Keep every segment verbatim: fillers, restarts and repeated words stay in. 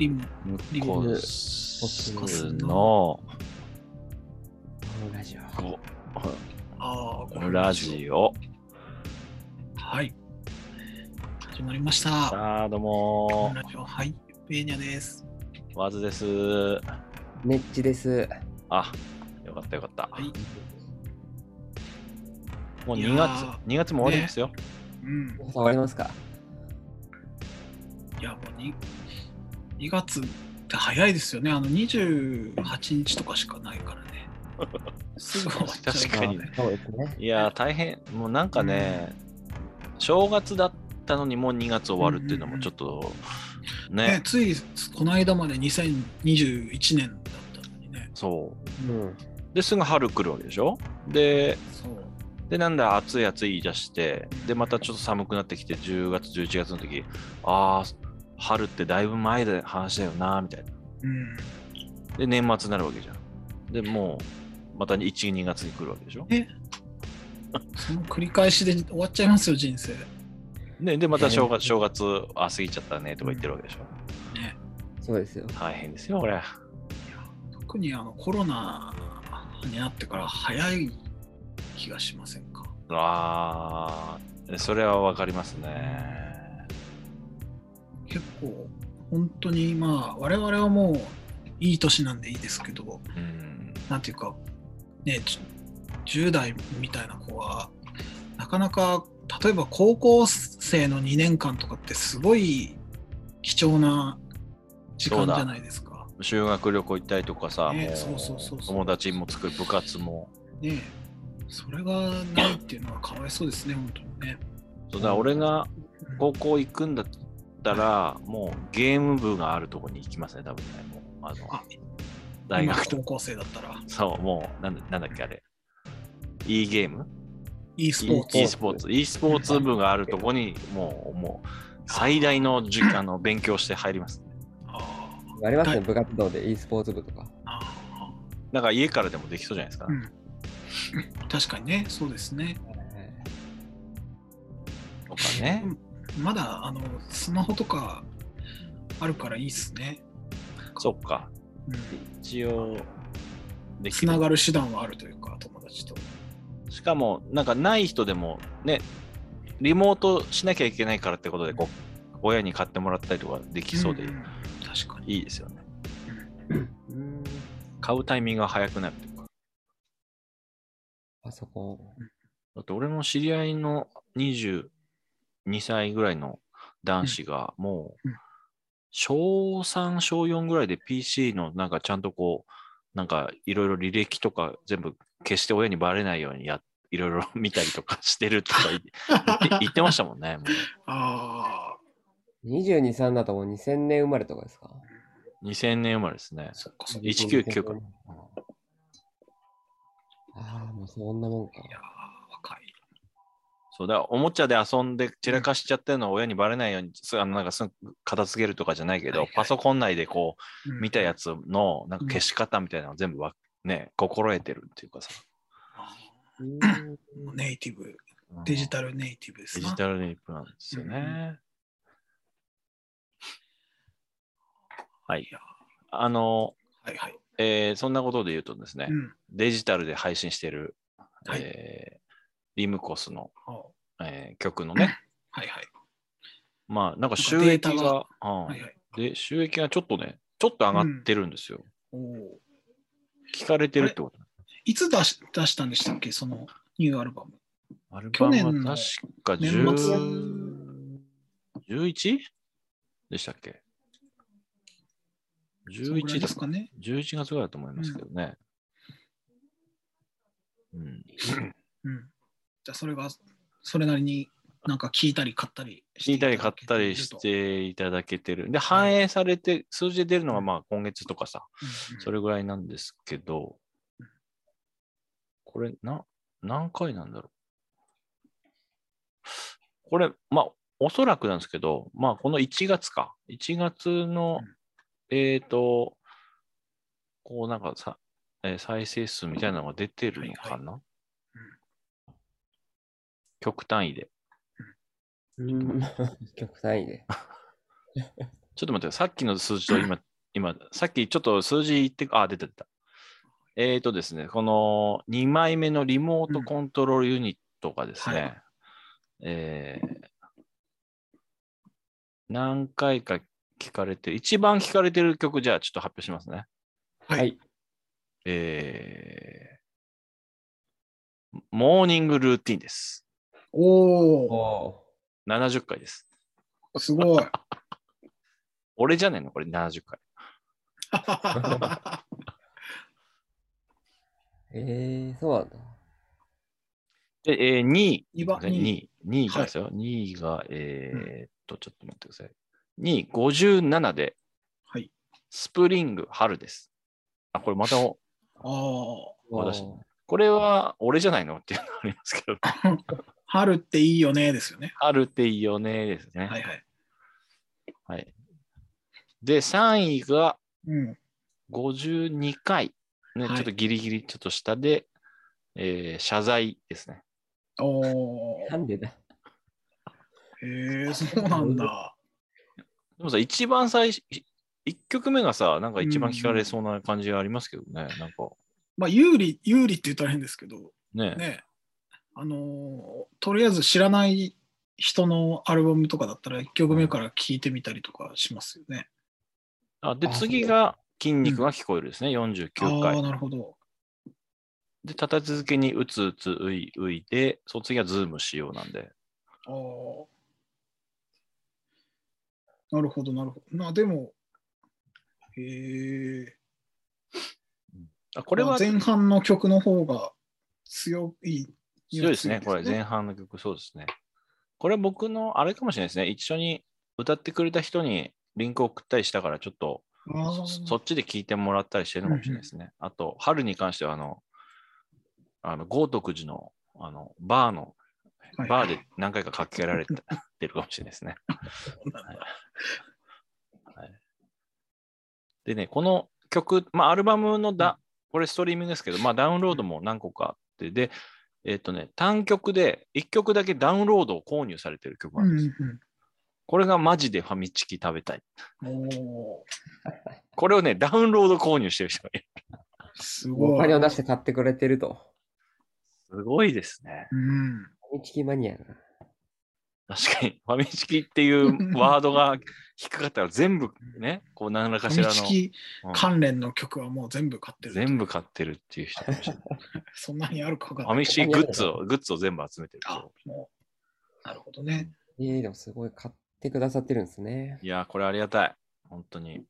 リムムリムコスのラジオ。 ごあーラジオ。 はい。始まりました。 さあ、どうもラジオ、はい。ベーニャです。 ワズです。 ネッチです。 あ、よかったよかった。 はい。 もういやーにがつ、にがつも終わりますよ。 ね、うん。 終わりますか？ いや、もう 2, にがつって早いですよね。あのにじゅうはちにちとかしかないからね。すぐ終わっちゃう、ね。 確かに。 そうですね。 いやー、大変。もうなんかね、うん、正月だったのにもうにがつ終わるっていうのもちょっと、うんうんうん、ね。 ね、ついこの間までにせんにじゅういちねんだったのにね。 そう。 うん、 ですぐ春来るわけでしょ。で、 そうで、なんだ、暑い暑い言い出して、で、またちょっと寒くなってきて、じゅうがつ、じゅういちがつの時、ああ、春ってだいぶ前で話だよな、みたいな。 うん、 で、年末になるわけじゃん。で、もう、またいち、にがつに来るわけでしょ。 えその繰り返しで終わっちゃいますよ、人生。 ね、で、また正月、正月、あ、過ぎちゃったね、とか言ってるわけでしょ。 ね、 そうですよ。 大変ですよ、これ。 特にあのコロナになってから早い気がしませんか？ ああ、それはわかりますね。 結構、本当にまあ、我々はもういい年なんでいいですけど、 うん、 なんていうか、ね、じゅう代みたいな子は、なかなか、例えば高校生のにねんかんとかってすごい貴重な時間じゃないですか。 修学旅行行ったりとかさ、 ね、 もうそうそうそうそう友達も作る、部活も。 ね、それがないっていうのはかわいそうですね、本当にね。 そうだ、俺が高校行くんだったら、もうゲーム部があるところに行きますね、多分ね。もうあのあ大学今高校生だったら。 そう、もうなんだ、なんだっけあれ。e ゲーム e スポーツ。 e スポーツ。e スポーツ部があるところに、もう、もう、最大のじあの勉強して入ります。 あありますね、部活動で e スポーツ部とか。 あなんか家からでもできそうじゃないですか。 うん、確かにね、そうですね。 とかね。 まだあのスマホとかあるからいいっすね。 そっか。 うん、 一応できる。 つながる手段はあるというか、友達と。 しかも、なんかない人でもね、リモートしなきゃいけないからってことで、こう、親に買ってもらったりとかできそうで、 うんうん、確かにいいですよね。 うん、 買うタイミングが早くなるというか。 パソコン。 だって俺の知り合いのにじゅうにさいぐらいの男子がもう、小さん、小よんぐらいで ピーシー のなんかちゃんとこう、なんかいろいろ履歴とか全部消して親にバレないようにやいろいろ見たりとかしてるとか言って言ってましたもんね。もうああ。 にじゅうに、さんだともうにせんねん生まれとかですか？ にせんねん生まれですね。 そっかそっか。 いちきゅうきゅうか。 ああ、もうそんなもんか。 いや若い。 そうだ、おもちゃで遊んで散らかしちゃってるのを親にバレないように、すあのなんかすぐ片付けるとかじゃないけど、 はいはい、 パソコン内でこう、 うん、 見たやつのなんか消し方みたいなのを全部わ、ね、心得てるっていうかさ。 うん、ネイティブ、デジタルネイティブですな。 デジタルネイティブなんですよね。うんうん、はい。あの、 はいはい、 えー、そんなことで言うとですね、 うん、 デジタルで配信してる、 はい、 えー、リムコスの、 はえー、曲のね、 はいはい。 まあ、なんか収益が、 がうん、 はいはい、 で、収益がちょっとね、ちょっと上がってるんですよ。 うん、お聞かれてるってこと。 いつ出し出したんでしたっけ、そのニューアルバム。 アルバムは確かじゅう、じゅういち? でしたっけ ?じゅういちですかね。 じゅういちがつぐらいだと思いますけどね。うん。うん、 うん、じゃあそれが、それなりになんか聞いたり買ったりして聞いたり買ったりしていただけてる。で、反映されて、はい、数字で出るのがまあ今月とかさ、うん、それぐらいなんですけど、これな、何回なんだろう。これ、まあ、おそらくなんですけど、まあ、このいちがつか。いちがつの、うん、えっ、ー、と、こうなんかさ、えー、再生数みたいなのが出てるのかな、はいはい、うん、極単位で。 うん、極単位で。 ちょっちょっと待って、さっきの数字と今、今、さっきちょっと数字言って、あ、出た出た。えーとですね、このにまいめのリモートコントロールユニットがですね、 うんはい、 えー、何回か聞かれてる、一番聞かれてる曲、じゃあちょっと発表しますね。 はい。 はい。 えー、モーニングルーティンです。 おお、 おななじゅっかいです。 すごい。 俺じゃねえのこれななじゅっかい。 えー、そうなんだ。 で、えー、にい、 にばん、 にい、にいがですよ。にいが、えー、っと、ちょっと待ってください。にい、ごじゅうななで、 はい。 スプリング、春です。あ、これまた、 ああ。 私、これは俺じゃないのっていうのがありますけど。 春っていいよねですよね。 春っていいよねですね。 はいはい。 はい。で、さんいがうん。 ごじゅうにかい。ね、 はいちょっとギリギリちょっと下で、えー謝罪ですね。 おー。 なんでだ。 へえ、そうなんだ。 でもさ、一番最初、いっきょくめがさ、なんか一番うんうん聞かれそうな感じがありますけどね。なんか、 まあ、有利、有利って言ったら変ですけど、 ね。 ね、あのーとりあえず知らない人のアルバムとかだったらいっきょくめから聴いてみたりとかしますよね。 あで、 あ次が筋肉が聞こえるですね。よんじゅうきゅうかい。 ああ、なるほど。 で、立て続けにうつうつういういで、その次はズームしようなんで。 ああ、なるほど、なるほど。まあ、でも、へえ。 あこれは前半の曲の方が強いには強いですね。これ前半の曲、そうですね。これ僕のあれかもしれないですね。一緒に歌ってくれた人にリンクを送ったりしたから、ちょっとそそっちで聞いてもらったりしてるのかもしれないですね。あと、春に関しては、あの、あの豪徳寺のあのバーの、 はいバーで何回かかけられてるかもしれないですね。はいはい、でね、この曲、まあ、アルバムのだ、これストリーミングですけど、まあ、ダウンロードも何個かあって、で、えっ、とね、単曲でいっきょくだけダウンロードを購入されてる曲があるんですよ。 うんうんこれがマジでファミチキ食べたい。 おこれをね、ダウンロード購入してる人がいる。 おすごい。 金を出して買ってくれてると。 すごいですね。 うん。 ファミチキマニアが。 確かに、ファミチキっていうワードが引っかかったら全部ね、こう何らファミかしらの、 チキうん関連の曲はもう全部買ってると。 全部買ってるっていう人かもしれない。 そんなにあるかわかんファないけど。 ミチキグッズを、グッズを全部集めてるあと。、 もう、なるほどね。 えー、でもすごい買ってくださってるんですね。 いやー、これありがたい。本当に。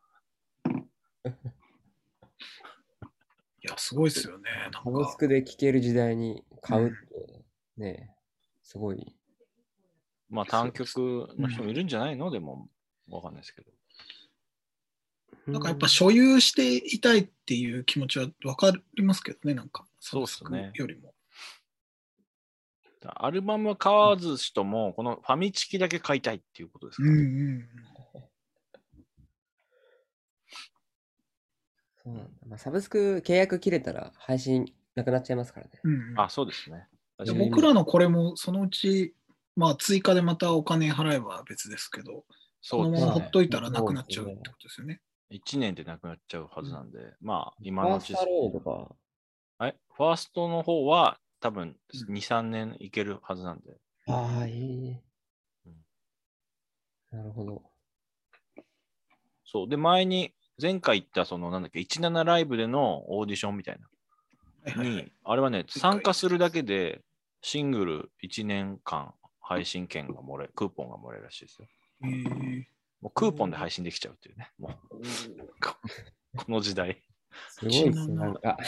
いや、すごいですよね。なんサブスか。 クで聴ける時代に買うってね、すごい。 まあ単曲の人もいるんじゃないの、でも、わかんないですけど。 なんかやっぱ所有していたいっていう気持ちはわかりますけどね、なんか。 そうっすねサブスクよりも。 アルバムは買わずしても、このファミチキだけ買いたいっていうことですかね。 うんうんうん。 そうなんだ。まあ、サブスク契約切れたら配信なくなっちゃいますからね。 うんうん、 あ、そうですね。 で僕らのこれもそのうち、まあ追加でまたお金払えば別ですけど、 そうですねこのままほっ。といたらなくなっちゃうってことですよね。 いちねんでなくなっちゃうはずなんで、まあ、今ファのうちーストアロードとか、 はいファーストの方は多分うんに、さんねんいけるはずなんで。 ああ、いい。 うんなるほど。 そう。で、前に、前回言ったその、なんだっけ、じゅうななライブでのオーディションみたいな。 はいはいはいに、あれはね、参加するだけでシングルいちねんかん配信券がもらえ、クーポンがもらえるらしいですよ。 えーもうクーポンで配信できちゃうっていうね。もう、ここの時代。 すごいですね、なんか。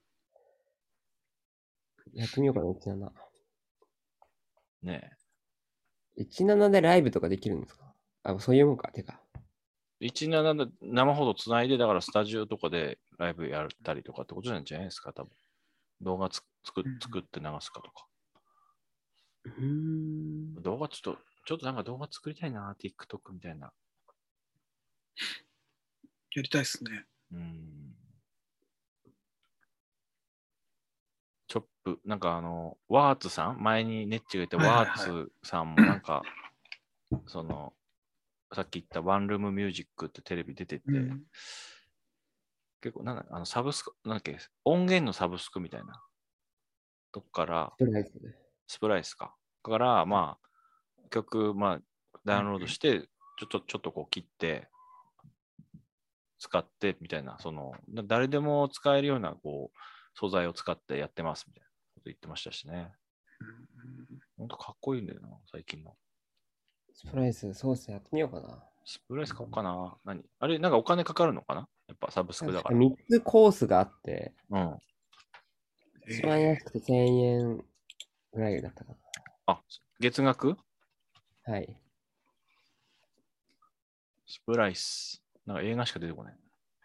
やってみようかな、いちなな。 ねいちななでライブとかできるんですか？あ、そういうもんか、てか。 え。じゅうななで生放送つないで、だからスタジオとかでライブやったりとかってことなんじゃないですか、多分。動画つ作作って流すかとか。 うーん。 動画ちょっと、ちょっとなんか動画作りたいな、TikTok みたいな。 やりたいですね。 うん。チョップ、なんかあの、ワーツさん、前にネッチが言ったワーツさんもなんか、その、 さっき言ったワンルームミュージックってテレビ出てて、うん、結構なんかあのサブスク、なんだっけ、音源のサブスクみたいなとこから、 スプライス、ね、 スプライスか。から、まあ、曲、まあ、ダウンロードして、ちょっと、ちょっとこう切って、使ってみたいな、その、誰でも使えるような、こう、素材を使ってやってますみたいなこと言ってましたしね。ほんとかっこいいんだよな、最近の。 スプライス、そうですね、やってみようかな。 スプライス買おうかな。何あれ、なんかお金かかるのかな、やっぱサブスクだから。 みっつコースがあって、 うん。 一番安くてせんえんぐらいだったかな。 あ、月額？ はい。 スプライス。なんか映画しか出てこない。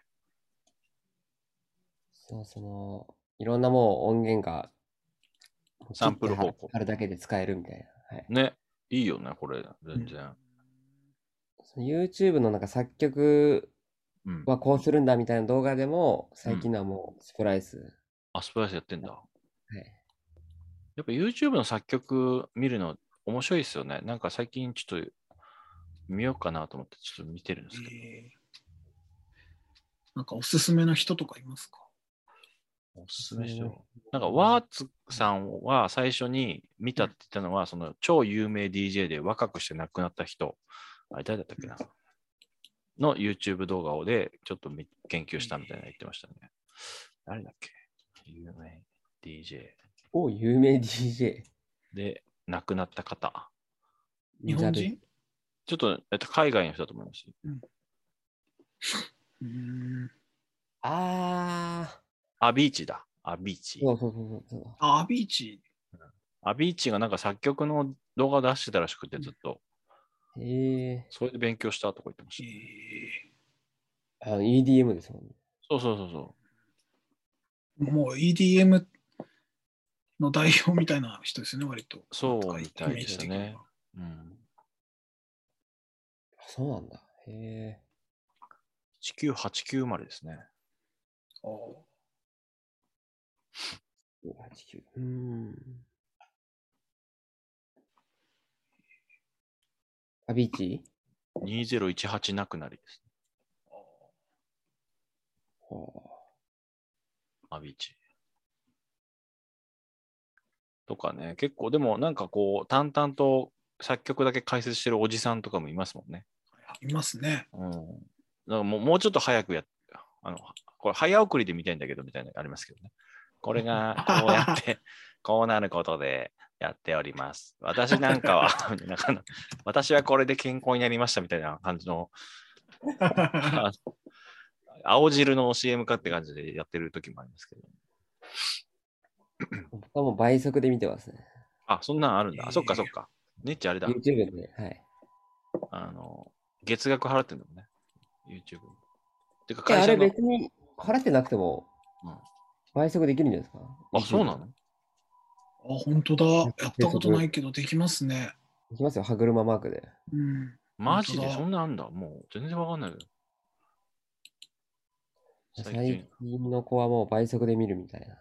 そう、その、いろんなもう音源が、 サンプル方向。 あるだけで使えるみたいな。はい、 ね。いいよね、これ。全然。 うん、YouTube のなんか作曲はこうするんだみたいな動画でも、うん、最近のはもうスプライス。 あ、スプライスやってんだ。はい。 やっぱ YouTube の作曲見るの面白いですよね。なんか最近ちょっと見ようかなと思ってちょっと見てるんですけど。えー、なんかおすすめの人とかいますか？ おすすめの人。なんかワーツさんは最初に見たって言ったのは、うん、その超有名 ディージェー で若くして亡くなった人、あれ誰だったっけな、うん、の YouTube 動画をでちょっと研究したみたいな言ってましたね。誰だっけ、有名 ディージェー。 お、有名 ディージェー。で、亡くなった方。 日本人？ ちょっと、えっと、海外の人だと思います。 うん、 あー。アビーチだ。アビーチ。 そうそうそうそう。 アビーチ。 アビーチがなんか作曲の動画を出してたらしくて、ずっと。 へえ。 それで勉強したとか言ってました。 へえ。あの イーディーエム ですもんね。 そうそうそうそう。 もう イーディーエム の代表みたいな人ですよね、割と。 そうみたいですね。うん。 そうなんだ。へえ。 いちきゅうはちきゅう生まれですね。 ああ。 はちきゅう。うん。アビーチ ? にせんじゅうはちなくなりです。アビーチ。とかね、結構でもなんかこう、淡々と作曲だけ解説してるおじさんとかもいますもんね。 いますね。 うん。だからもうもうちょっと早くやっあの、これ早送りで見たいんだけどみたいなのありますけどね。これがこうやってこうなることでやっております。私なんかは私はこれで健康になりましたみたいな感じの青汁の シーエム かって感じでやってる時もありますけど。 僕はもう倍速で見てますね。 あ、そんなんあるんだ。あ、そっかそっか。ねっちあれだ。 YouTube で、はい。 あの、月額払ってんだもんね。YouTube。 てか会社の。あれ別に払ってなくても、倍速できるんじゃないですか。 うん、あ、そうなの？ あ、本当だ。やったことないけど、できますね。 できますよ、歯車マークで。 うん。 マジでそんなあんだ。もう全然わかんないよ。 最近の子はもう倍速で見るみたいな。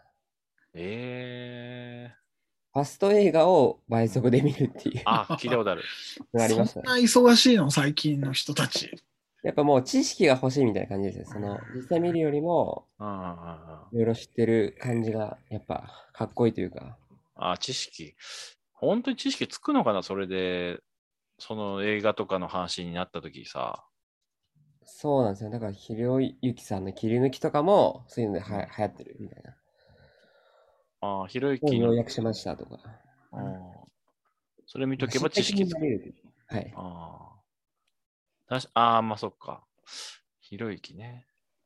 えー。 ファスト映画を倍速で見るっていう。 あ、聞いたことある。 ありましたね。 そんな忙しいの、最近の人たち。 やっぱもう知識が欲しいみたいな感じですよ。その、実際見るよりも、いろいろ知ってる感じが、やっぱかっこいいというか。 あ、知識。本当に知識つくのかな、それで、その映画とかの話になった時さ。 そうなんですよ。だから、ひろゆきさんの切り抜きとかも、そういうのでは、うん、流行ってるみたいな。 ああ、ひろゆきの。 要約しましたとか。 ああ。それ見とけば知識つく。 はい。 ああ。ああ、まあそっか。ひろゆきね。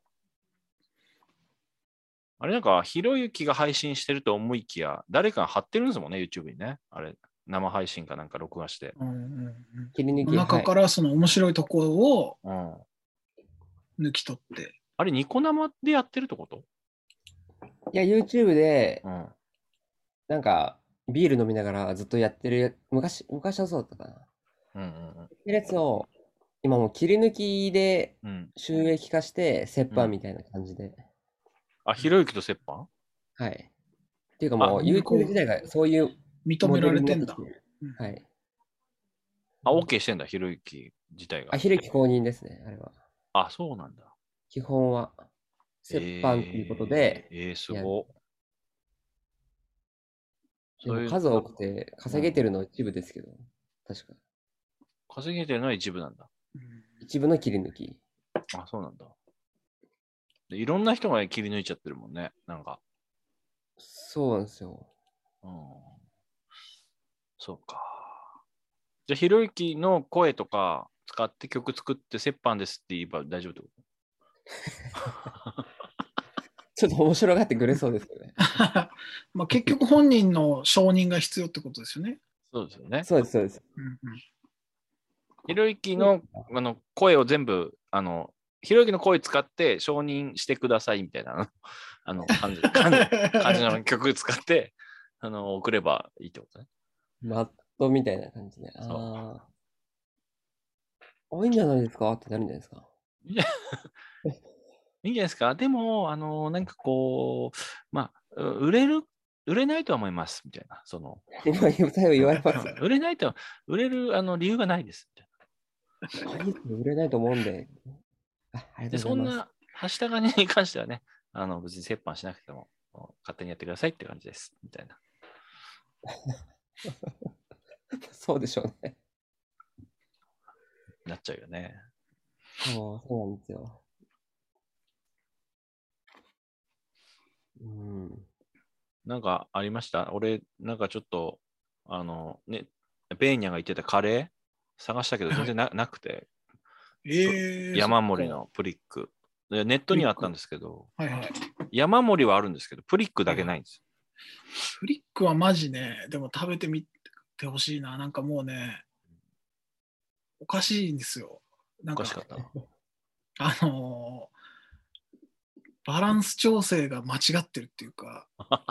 あれなんか、ひろゆきが配信してると思いきや、誰かが貼ってるんですもんね、YouTube にね。あれ、生配信かなんか録画して。 うんうんうん、 切り抜き中からその面白いところを抜き取って。うん、 あれ、ニコ生でやってるってこと？ いや、YouTube で、うん、なんか、ビール飲みながらずっとやってる、昔、昔はそうだったかな。うんうんうん。ってやつを、今もう切り抜きで収益化して、折半みたいな感じで。うん、 あ、ひろゆきと折半？ はい。っていうかもう YouTube 時代がそういう認められてんだ。 はい。 あ、OK してんだ、ひろゆき自体が。 あ、ひろゆき公認ですね、あれは。 あ、そうなんだ。 基本は。折半っていうことで。 えー、えー、すご。 でも数多くて稼げてるのは一部ですけど、うん、確か。 稼げてるのは一部なんだ。 一部の切り抜き。 あ、そうなんだ。でいろんな人が切り抜いちゃってるもんね、なんか。 そうなんですよ。 うん、そうか。じゃあ、ひろゆきの声とか使って曲作って折半ですって言えば大丈夫ってことちょっと面白がってくれそうですけどね。 まあ結局本人の承認が必要ってことですよね。 そうですよね。 そうです、そうです。 ひろゆきのあの声を全部、あの、ひろゆきの声使って承認してくださいみたいなあの感じ感じ感じの曲使ってあの送ればいいってことね。 マットみたいな感じで。ああ。多いんじゃないですかってなるんじゃないですか。 いやいいんじゃないですか。でも、あの、なんかこう、まあ、売れる、売れないとは思います、みたいな。その、 今、最後言われます。 売れないと、売れるあの理由がないです、みたいな。売れないと思うんで。あ、ありがとうございます。 で、そんな、はした金に関してはね、あの、別に折半しなくても、勝手にやってくださいって感じです、みたいな。 そうでしょうね。 なっちゃうよね。 そう、そうなんですよ。うん。 なんかありました俺、なんかちょっと、あの、ね、ベーニャが言ってたカレー探したけど全然な,、なくて、 えー、 山盛りのプリック。ネットにはあったんですけど、 はいはい、 山盛りはあるんですけど、プリックだけないんですよ。 はいはい、プリックはマジね、でも食べてみてほしいな。なんかもうね、おかしいんですよ。なんかおかしかった。 あのー、バランス調整が間違ってるっていうか。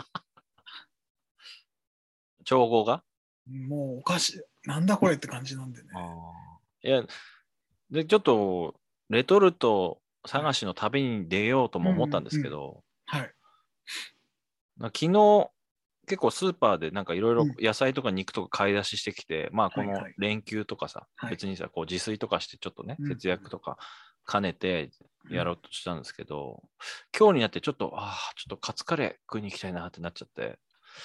調合がもうおかしい。なんだこれって感じなんでね。 いや、で、ちょっと、レトルト探しの旅に出ようとも思ったんですけど、 はい。 昨日、結構スーパーでなんかいろいろ野菜とか肉とか買い出ししてきて、うん、まあこの連休とかさ、はいはい、別にさ、こう自炊とかしてちょっとね、はい、節約とか兼ねてやろうとしたんですけど、うん、今日になってちょっと、ああ、ちょっとカツカレー食いに行きたいなってなっちゃって。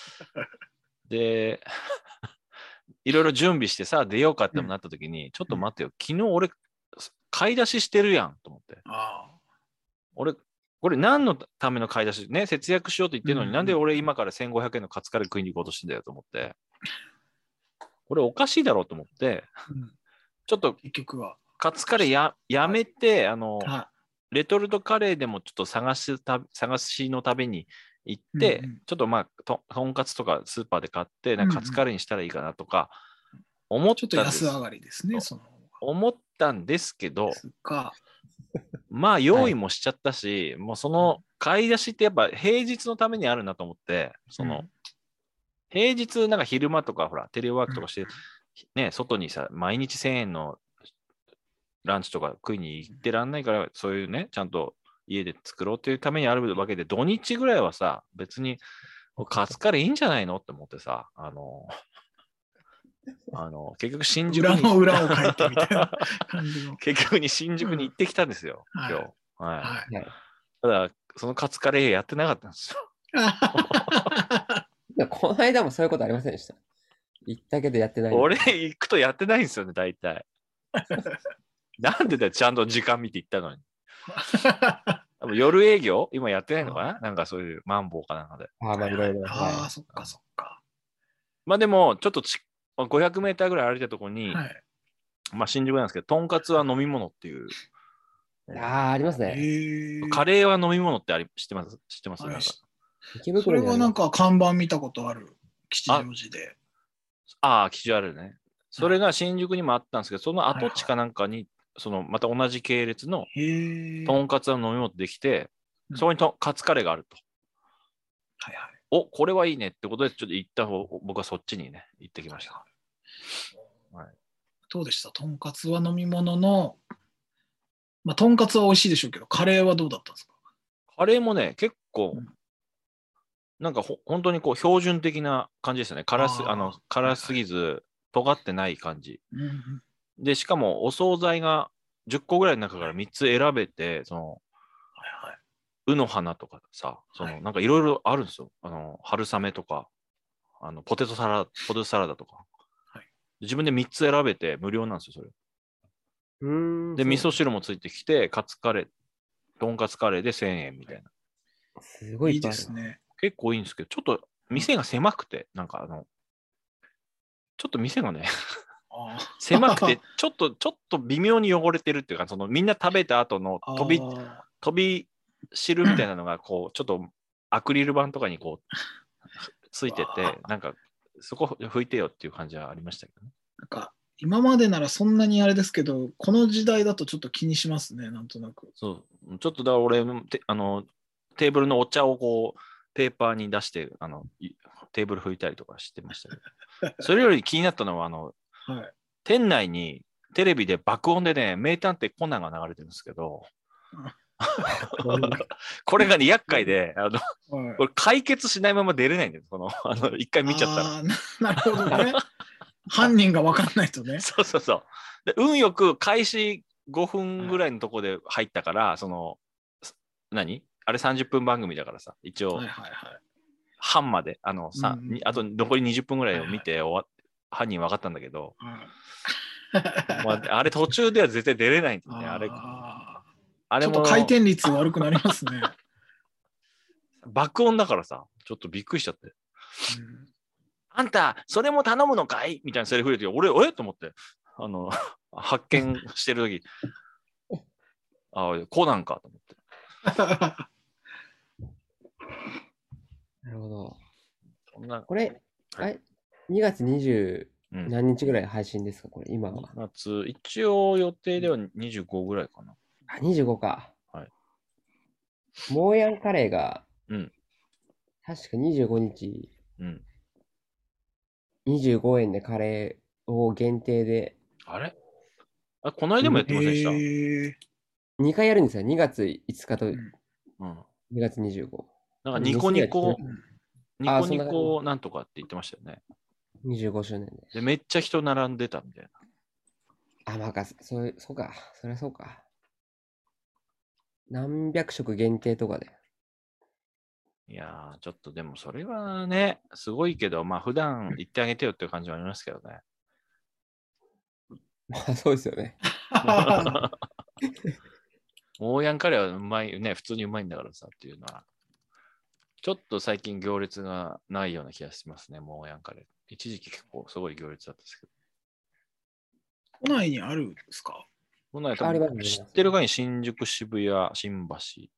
で、いろいろ準備してさ、出ようかってなった時に、うん、ちょっと待ってよ、昨日俺、買い出ししてるやんと思って。あ俺、これ何のための買い出しね、節約しようと言ってるのに、うん、なんで俺今からせんごひゃくえんのカツカレー食いに行こうとしてんだよと思って。これおかしいだろうと思って、うん、ちょっと結局はカツカレー や, やめて、あの、レトルトカレーでもちょっと探した探しの旅に行って、うんうん、ちょっとまあと、とんかつとかスーパーで買って、なんかカツカレーにしたらいいかなとか思ったんです。 ちょっと安上がりですね、その思ったんですけど、まあ用意もしちゃったし、はい、もうその買い出しってやっぱ平日のためにあるなと思って、その、うん、平日なんか昼間とかほらテレワークとかして、うん、ね、外にさ毎日せんえんのランチとか食いに行ってらんないから、そういうねちゃんと家で作ろうというためにあるわけで、土日ぐらいはさ別にカツカレーいいんじゃないのって思ってさ、あのあの結局新宿に裏の裏を書いてみたいな感じの結局に新宿に行ってきたんですよ、うん、今日、はいはいはい、ただそのカツカレーやってなかったんですよこの間もそういうことありませんでした。行ったけどやってない。 俺行くとやってないんですよね大体なんでだよ、ちゃんと時間見て行ったのに夜営業今やってないのかな、なんかそういうマンボウかなんかで。 ああ、まあいろいろ。 ああ、そっかそっか。 まあでもちょっとちごひゃくメーターぐらい歩いたところに、はい、まあ新宿なんですけど、とんかつは飲み物っていう。 ああ、ありますね。 カレーは飲み物ってあり知ってます知ってます、はい、なんかそれはなんか看板見たことある、吉祥寺で。 ああ、吉祥寺ね。それが新宿にもあったんですけど、その跡地かなんかに、はいはい、そのまた同じ系列のとんかつは飲み物できて、そこにとカツカレーがあると。はいはい。お、これはいいねってことで、ちょっと行った方、僕はそっちにね、行ってきました。はいはい、どうでした？とんかつは飲み物の、まあ、とんかつは美味しいでしょうけど、カレーはどうだったんですか？ カレーもね、結構、うん、なんかほ本当にこう標準的な感じですよね。辛す、あの辛すぎず、はいはい、 尖ってない感じ。 うん、 で、しかもお惣菜がじゅっこぐらいの中からみっつ選べて、その、 はいはい、 うの花とかさ、その、なんかいろいろあるんですよ。あの、春雨とか、あの、ポテトサラダ、ポテトサラダとか。はい、自分でみっつ選べて無料なんですよ、それ。 うーんで、味噌汁もついてきて、カツカレー、とんかつカレーでせんえんみたいな。 すごいいいですね。 結構いいんですけど、ちょっと店が狭くて、なんかあの、ちょっと店がね、狭くて、ちょっと、ちょっと微妙に汚れてるっていうか、そのみんな食べた後の飛び、飛び汁みたいなのが、こう、ちょっとアクリル板とかにこう、ついてて、なんか、そこ拭いてよっていう感じはありましたけどね。 なんか、今までならそんなにあれですけど、この時代だとちょっと気にしますね、なんとなく。 そう、ちょっとだから俺、てあの、テーブルのお茶をこう、ペーパーに出して、あの、テーブル拭いたりとかしてましたけど、それより気になったのは、あの、はい、店内にテレビで爆音でね、名探偵コナンが流れてるんですけど、これがね、厄介で、あの、はい、これ解決しないまま出れないんですよ、この、あの、一回見ちゃったら。 あなるほどね。犯人が分かんないとね。 そうそうそう。で運よく開始ごふんぐらいのとこで入ったから、はい、その、何あれさんじゅっぷん番組だからさ、一応、はいはいはい、半まで、あのさ、うんうん、あと残りにじゅっぷんぐらいを見て終わ、はいはい、犯人分かったんだけど、はいまあ、あれ途中では絶対出れないんですね。あれあれもちょっと回転率悪くなりますね。 爆音だからさ、ちょっとびっくりしちゃって。うん、あんた、それも頼むのかいみたいなセリフ入れて、俺、えと思って、あの、発見してるとき、ああ、こうなんかと思って。 なるほど。 そんなこれ、はい、にがつにじゅう何日ぐらい配信ですか、これ、今は。 にがつ、一応予定ではにじゅうごぐらいかな。 あ、にじゅうごか。 はい。 モーヤンカレーが、 うん。 確かにじゅうごにち、 うん。 にじゅうごえんでカレーを限定で。 あれあ、この間もやってませんでした、えー、にかいやるんですよ。にがついつかと、うん、にがつにじゅうご。 なんかニコニコ、ニコニコなんとかって言ってましたよね。 にじゅうごしゅうねんで。 で、めっちゃ人並んでたみたいな。 あ、まあ、そう、そうか。そりゃそうか。何百食限定とかで。 いやー、ちょっとでもそれはね、すごいけど、まあ普段言ってあげてよっていう感じはありますけどね。 まあそうですよね。 モーヤンカレーはうまいね、普通にうまいんだからさっていうのは。ちょっと最近行列がないような気がしますね、モーヤンカレー。一時期結構すごい行列だったんですけど。 都内にあるんですか？ 都内多分知ってるかに新宿、渋谷、新橋。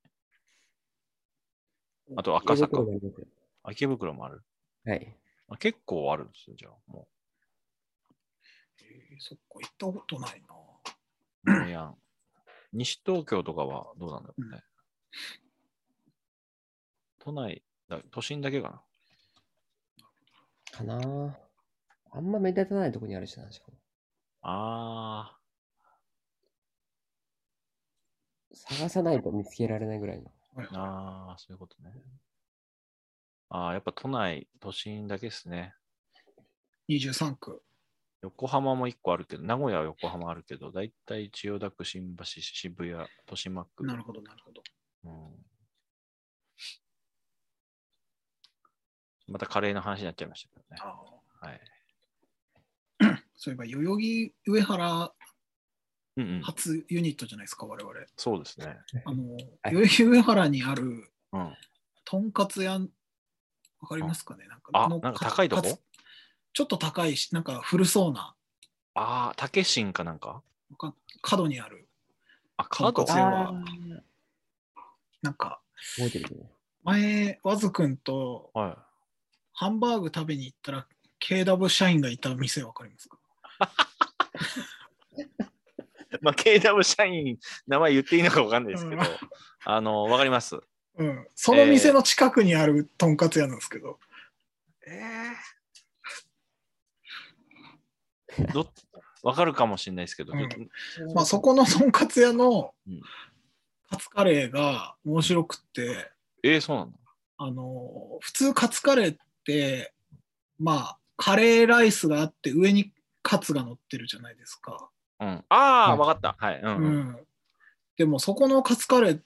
あと赤坂。池袋もある。 はい。 あ結構あるんですよ、じゃあもう。えー、そっか、行ったことないな。 モーヤン。西東京とかはどうなんだろうね。うん、都内だ、都心だけかな。かなぁ。あんま目立たないとこにあるしな、しかも。 ああ。 探さないと見つけられないぐらいの。 ああ、そういうことね。ああ、やっぱ都内、都心だけですね。 にじゅうさんく。 横浜もいっこあるけど、名古屋は横浜あるけど、だいたい千代田区、新橋、渋谷、豊島区。 なるほど、なるほど。うん、 またカレーの話になっちゃいましたけどね。はい。 そういえば、代々木上原うんうん、 初ユニットじゃないですか、我々。 そうですね。 あの、代々木上原にある、 うん、 とんかつ屋、わかりますかね、 なんかあ、なんか高いとこちょっと高いし、なんか古そうな。 ああ、竹新かなんか角にある。 あ、角はなんか、前、和津くんと、ハンバーグ食べに行ったら、ケーダブリュー 社員がいた店わかりますか？ まあ、ケーダブリュー 社員、名前言っていいのかわかんないですけど、うん、あの、わかります。 うん。その店の近くにあるとんかつ屋なんですけど。 えー、どわかるかもしれないですけど、うんまあ、そこのとんかつ屋のカツカレーが面白くって、 うん、えー、そうなんだ。 あの、普通カツカレーって、まあ、カレーライスがあって、上にカツが乗ってるじゃないですか。 うん、ああ、わかった。はい、うんうんうん。でもそこのカツカレーって、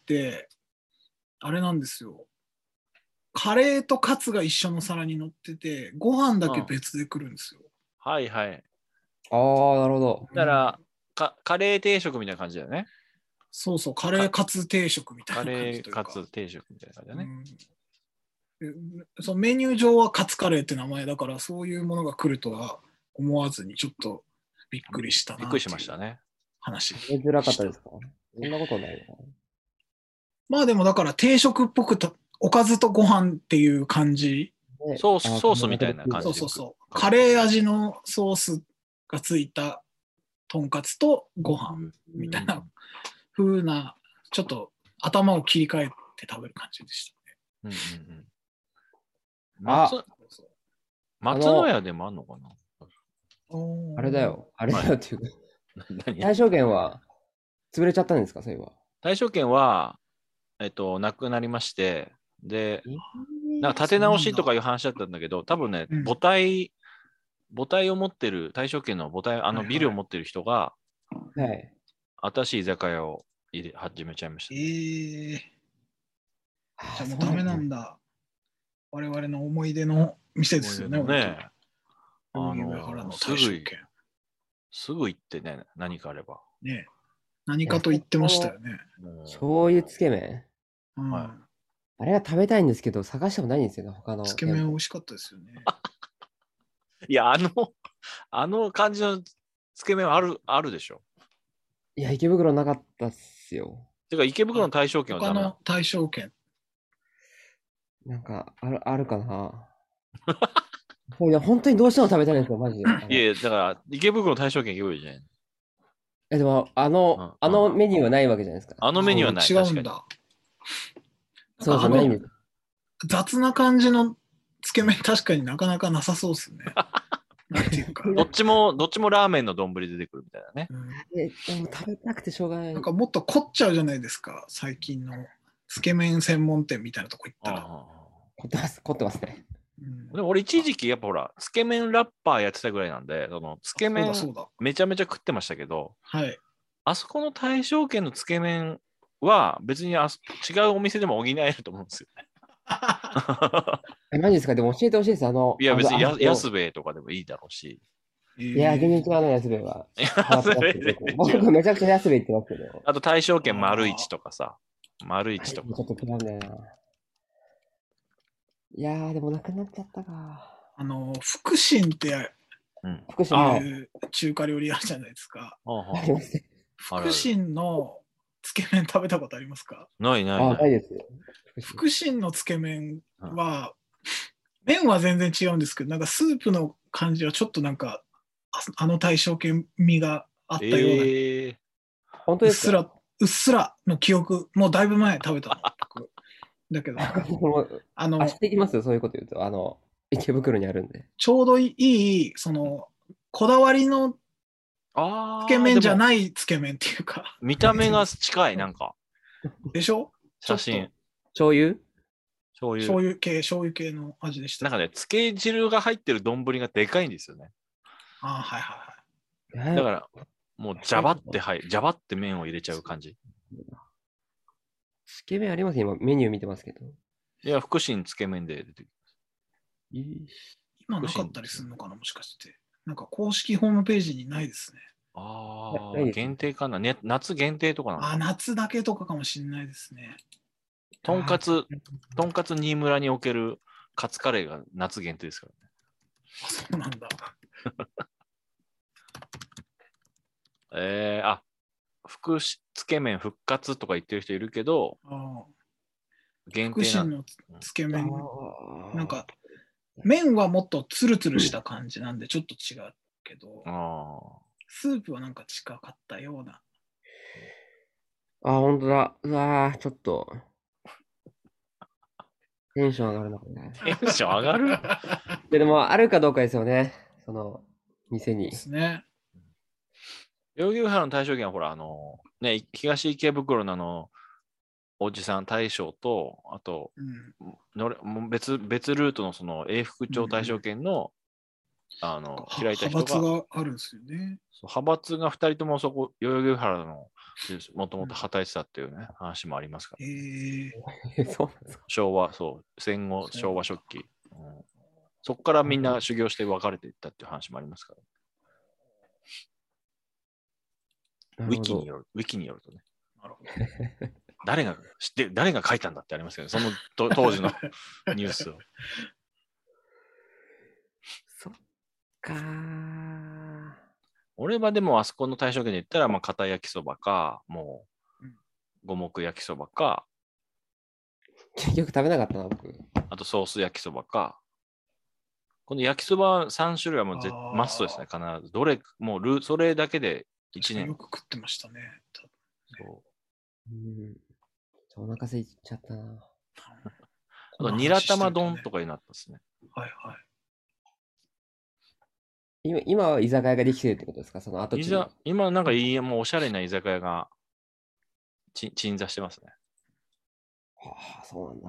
あれなんですよ。カレーとカツが一緒の皿に乗ってて、ご飯だけ別で来るんですよ。うん、 はいはい。 ああ、なるほど。 だから、うん、かカレー定食みたいな感じだよね。 そうそう、カレーカツ定食みたいな感じというか。 カレーカツ定食みたいな感じだね。 うん、そのメニュー上はカツカレーって名前だから、そういうものが来るとは思わずにちょっとびっくりしたな。 びっくりしましたね。 話。 珍しかったですか？そんなことないな。 まあでもだから定食っぽくとおかずとご飯っていう感じ。 ソース、ソースみたいな感じ。 そうそうそう。カレー味のソースがついたとんかつとご飯みたいな風な、ちょっと頭を切り替えて食べる感じでしたね。うんうんうん。 松、松の屋でもあんのかな？ あれだよ。あれだよっていうか。大正軒は潰れちゃったんですか、そういえば。 大正軒は、えっと、なくなりまして、で、なんか立て直しとかいう話だったんだけど、多分ね、うん、母体、母体を持ってる、大正軒の母体、あのビルを持ってる人が、 はいはい、 新しい居酒屋を入れ始めちゃいました、ね。 えー、じゃあもうダメなんだ。我々の思い出の店ですよね。 ねあの、上原の大正軒。 すぐ行ってね、何かあれば。 ね何かと言ってましたよね。 醤油つけ麺、 うんはい、 あれは食べたいんですけど、探してもないんですよね、他の。 つけ麺美味しかったですよね。 いや、あの、あの感じのつけ麺ある、あるでしょ。 いや、池袋なかったっすよ。 てか、池袋の大正軒はダメなの？ 他の大正軒。 なんか、ある、あるかな。いや、本当にどうしても食べたいんですよ、マジで。 いや、だから、池袋大正軒行けばいいじゃん。 え、でも、あの、うん、あのメニューはないわけじゃないですか。 あのメニューはない。 違うんだ。 そうそう、ないんです。 雑な感じのつけ麺、確かになかなかなさそうですね。なんていうか。 どっちも、どっちもラーメンの丼出てくるみたいなね。 うん、でも食べたくてしょうがない。 なんかもっと凝っちゃうじゃないですか、最近のつけ麺専門店みたいなとこ行ったら。 凝ってます、凝ってますね。 うん、でも俺一時期やっぱほら、つけ麺ラッパーやってたぐらいなんで、そのつけ麺めちゃめちゃ食ってましたけど、 はい、 あそこの大正軒のつけ麺は別にあ違うお店でも補えると思うんですよね。 え、マジですか？でも教えてほしいです。あの、 いや別にや安兵衛とかでもいいだろうし。 いや、全然違うの、安兵衛は。僕めちゃくちゃ安兵衛って言ってますけど。 あと大正軒丸一とかさ、丸一とか。 ちょっと違うんだよな。いやー、でもなくなっちゃったか。 あの、福神って、 うん、福神いう中華料理あるじゃないですか。 ありますね。 福神のつけ麺食べたことありますか？ ないないない。 あ、ないです。 福神のつけ麺は、うん、麺は全然違うんですけど、なんかスープの感じはちょっとなんか、あの大正軒味があったような。えー、本当ですか？ うっすら、うっすらの記憶、もうだいぶ前食べたの。だけど、 あの、知ってきますよ、そういうこと言うと。あの、池袋にあるんで。 ちょうどいい、その、こだわりのつけ麺じゃないつけ麺っていうか。 見た目が近い、なんか。 でしょ？ 写真。 醤油醤油。 醤油系、醤油系の味でした。 なんかね、つけ汁が入ってる丼がでかいんですよね。 ああ、はいはいはい。 だから、もうジャバって入る、ジャバって麺を入れちゃう感じ。 つけ麺あります？今メニュー見てますけど。 いや、福神つけ麺で出てきます。 今なかったりするのかな、もしかして。なんか公式ホームページにないですね。 ああ、限定かな、ね。夏限定とかなのかな。 あ、夏だけとかかもしれないですね。 とんかつ、とんかつ新村におけるカツカレーが夏限定ですからね。 あ、そうなんだ。 えー、あ、福つけ麺復活とか言ってる人いるけど、 あ限定なのつけ麺、なんか麺はもっとツルツルした感じなんでちょっと違うけど、 あスープはなんか近かったような。 あ、本当だ。うわー、ちょっとテンション上がるな、これ。 テンション上がるで, でも、あるかどうかですよね。その、店に。 ですね。 代々木上原の大正軒はほら、あの、ね、東池袋のあの、おじさん大将と、あと、うん、のれ別、別ルートのその永福町大正軒のあの開いた人が。 派閥があるんですよね。 そう派閥がふたりともそこ、代々木原のもともと働いてたっていうね、うん、話もありますから、 ね。 えー、そうなんですか。 昭和、そう、戦後、昭和初期。うん、そこからみんな修行して分かれていったっていう話もありますから。ウィキによる、ウィキによるとね。なるほど。誰が知って誰が書いたんだってありますよね。そのと当時のニュースを。 そっかー。 俺はでもあそこの大将圏で言ったら、まあ、片焼きそばか、もう、五目焼きそばか。 結局食べなかったな、僕。 あとソース焼きそばか。この焼きそばさん種類はもうマストですね、必ず。どれ、もうルそれだけでいちねん。 よく食ってましたね。 そう。 うん。お腹空いちゃったな。 あと、ニラ玉丼とかになったですね。 はいはい。 今、今は居酒屋ができてるってことですか、その後に。 今、なんかいい、もうおしゃれな居酒屋がち鎮座してますね。 はあ、そうなんだ。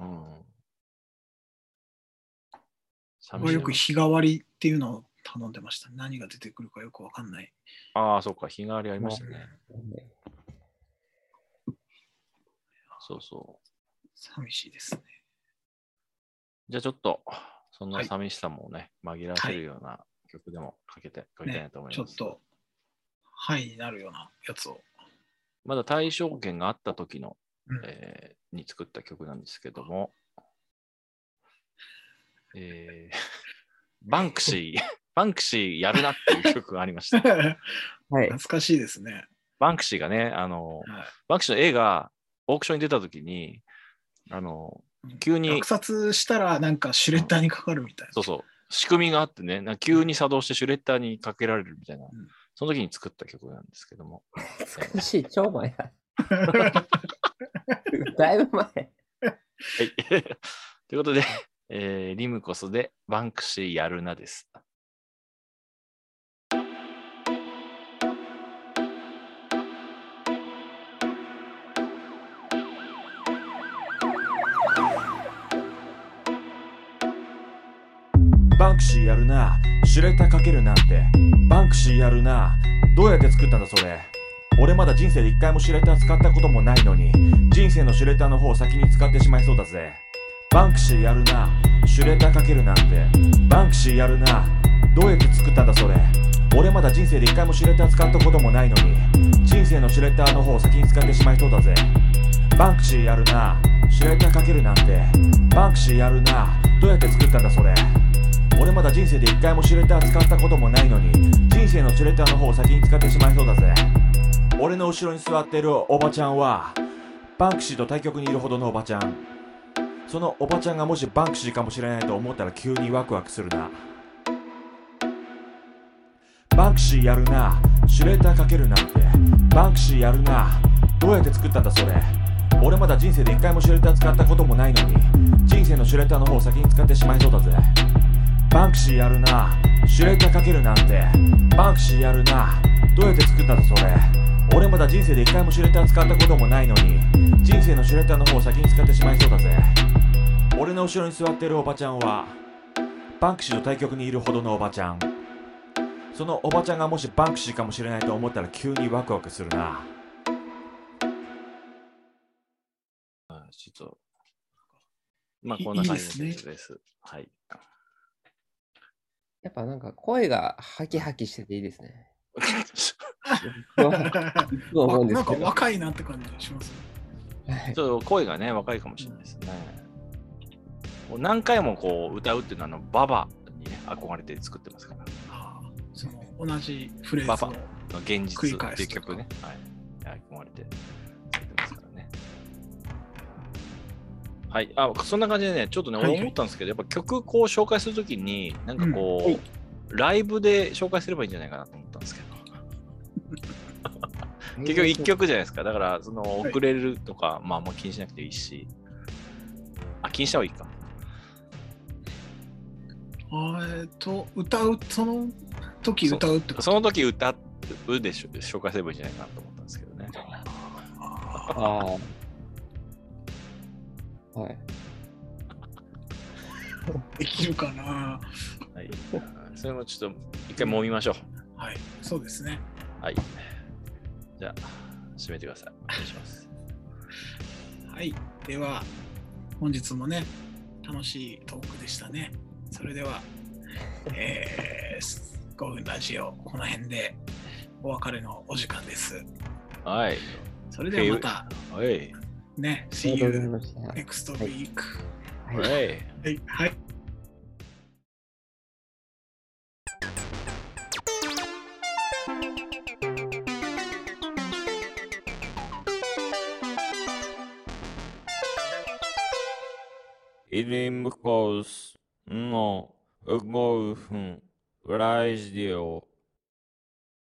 うん。僕はよく日替わりっていうのを頼んでました。何が出てくるかよくわかんない。 ああ、そうか、日替わりありましたね。そうそう。 寂しいですね。 じゃあちょっと、そんな寂しさもね、はい、紛らわせるような曲でもかけて、かけたいなと思います。 ね、ちょっと、ハイになるようなやつを。 まだ大賞権があった時の、うんえー、に作った曲なんですけども、えー、バンクシー、バンクシーやるなっていう曲がありました。 はい、懐かしいですね。 バンクシーがね、あの、はい、バンクシーの映画、オークションに出た時に、あの、急に。 落札したらなんかシュレッダーにかかるみたいな。 そうそう。仕組みがあってね、なんか急に作動してシュレッダーにかけられるみたいな、うん、その時に作った曲なんですけども。 懐かしい、超前や。だいぶ前。はい。 ということで、えー、リムコスでバンクシーやるなです。 バンクシーやるな、シュレッダーかけるなんて。バンクシーやるな、どうやって作ったんだそれ。俺まだ人生で一回もシュレッダー使ったこともないのに、人生のシュレッダーの方を先に使ってしまいそうだぜ。バンクシーやるな、シュレッダーかけるなんて。バンクシーやるな、どうやって作ったんだそれ。俺まだ人生で一回もシュレッダー使ったこともないのに、人生のシュレッダーの方を先に使ってしまいそうだぜ。バンクシーやるな、シュレッダーかけるなんて。バンクシーやるな、どうやって作ったんだそれ。俺まだ人生で一回もシュレッダー使ったこともないのに、人生のシュレッダーの方を先に使ってしまいそうだぜ。俺の後ろに座ってるおばちゃんはバンクシーと対極にいるほどのおばちゃん。そのおばちゃんがもしバンクシーかもしれないと思ったら急にワクワクするな。バンクシーやるな、シュレッダーかけるなんて。バンクシーやるな、どうやって作ったんだそれ。俺まだ人生で一回もシュレッダー使ったこともないのに、人生のシュレッダーの方を先に使ってしまいそうだぜ。バンクシーやるな、シュレッダーかけるなんて。バンクシーやるな、どうやって作ったんだそれ。俺まだ人生で一回もシュレッダー使ったこともないのに、人生のシュレッダーの方を先に使ってしまいそうだぜ。俺の後ろに座ってるおばちゃんはバンクシーと対極にいるほどのおばちゃん。そのおばちゃんがもしバンクシーかもしれないと思ったら急にワクワクするな。 あ、ちょっとまあこんな感じです。いいですね。はい。 やっぱなんか声がハキハキしてていいですね。 思うんですけどなんか若いなって感じしますね。ちょっと声がね若いかもしれないですね。うん、何回もこう歌うっていうのはあのババにね憧れて作ってますから。 ああ、その同じフレーズをババの現実っていう曲ね。はい。憧れて作ってますからね。はい。あ、そんな感じでね、ちょっとね、俺思ったんですけど、やっぱ曲こう紹介するときに、なんかこう、うん、ライブで紹介すればいいんじゃないかなと思ったんですけど。結局一曲じゃないですか。だから、その遅れるとか、はい、まあ、もう気にしなくていいし。あ、気にした方がいいか。 えっと、歌う、その時歌うってこと？ その時歌うでしょ、紹介すればいいんじゃないかなと思ったんですけどね。 ああ。はい。 できるかな。 はい。 それもちょっと一回揉みましょう。 はい、そうですね。 はい。じゃあ、締めてください。お願いします。 はい。では、本日もね、楽しいトークでしたね。それでは、えー、ごふんラジオ、この辺でお別れのお時間です。 はい。 それではまた、 はい。 ね、See you next week。 はい。はい。 はい。 Ilimkos no Golfen Radio